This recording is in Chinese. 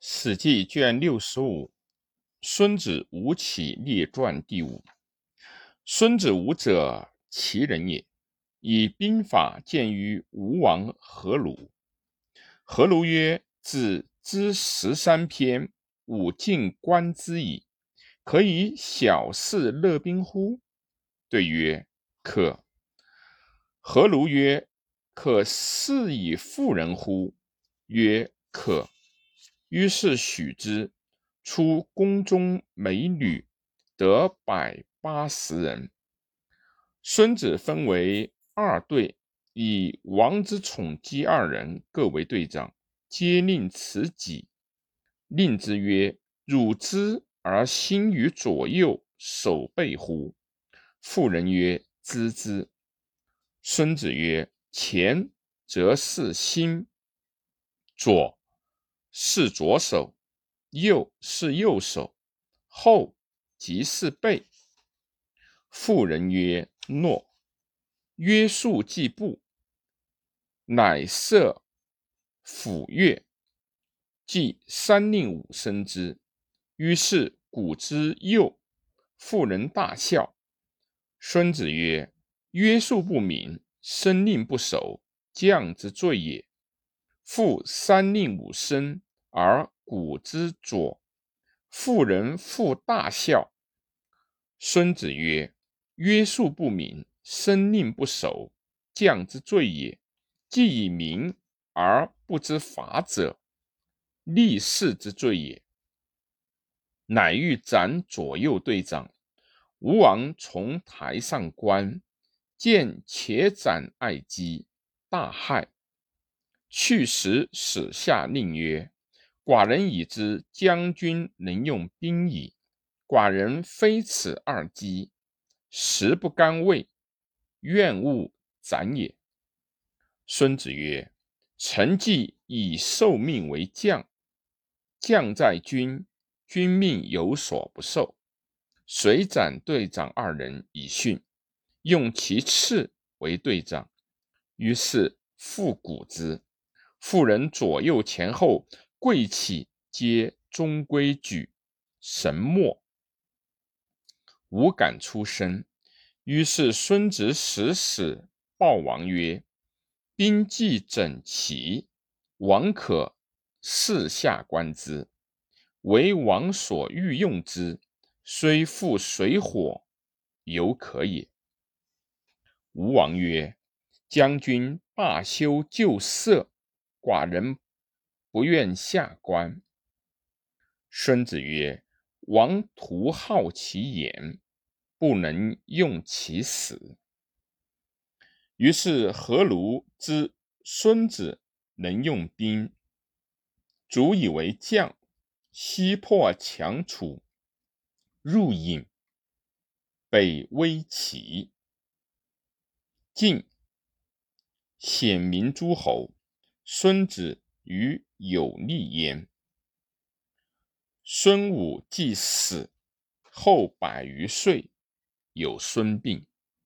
史记卷65，孙子吴起列传第五。孙子吴者，齐人也，以兵法见于吴王阖庐。阖庐曰：“子之13篇，吾尽观之矣，可以小事乐兵乎？”对曰：“可。”阖庐曰：“可视以妇人乎？”曰：“可。”于是许之。出宫中美女，得180人。孙子分为2队，以王之宠姬2人各为队长，皆令持戟。令之曰：“汝知而心于左右，守备乎？”妇人曰：“知之。”孙子曰：“前则是心，左是左手，右是右手，后即是背。”妇人曰：“诺。”约束既布，乃设府乐，即3令5声之。于是鼓之右，妇人大笑。孙子曰：“约束不敏，声令不守，将之罪也。复3令5声，而鼓之左，妇人复大笑。”孙子曰：“约束不敏，声令不守，将之罪也。既以明而不知法者，立誓之罪也。”乃欲斩左右队长。吴王从台上观，见且斩爱姬，大骇。去时使下令曰：“寡人已知将军能用兵矣。寡人非此2姬，实不甘位，愿勿斩也。”孙子曰：“臣既以受命为将，将在军，君命有所不受。遂斩队长2人以训，用其次为队长。于是复鼓之。妇人左右前后跪起，皆中规矩，神默，无敢出声。于是孙子使报王曰：“兵既整齐，王可四下观之，为王所欲用之，虽覆水火，犹可也。”吴王曰：“将军罢休就色，寡人不愿下观。”孙子曰：“王徒好其言，不能用其死。”于是阖庐知孙子能用兵，主以为将，西破强楚，入郢，北威齐，晋，显明诸侯。孙子与有利焉。孙武既死，后100余岁，有孙膑。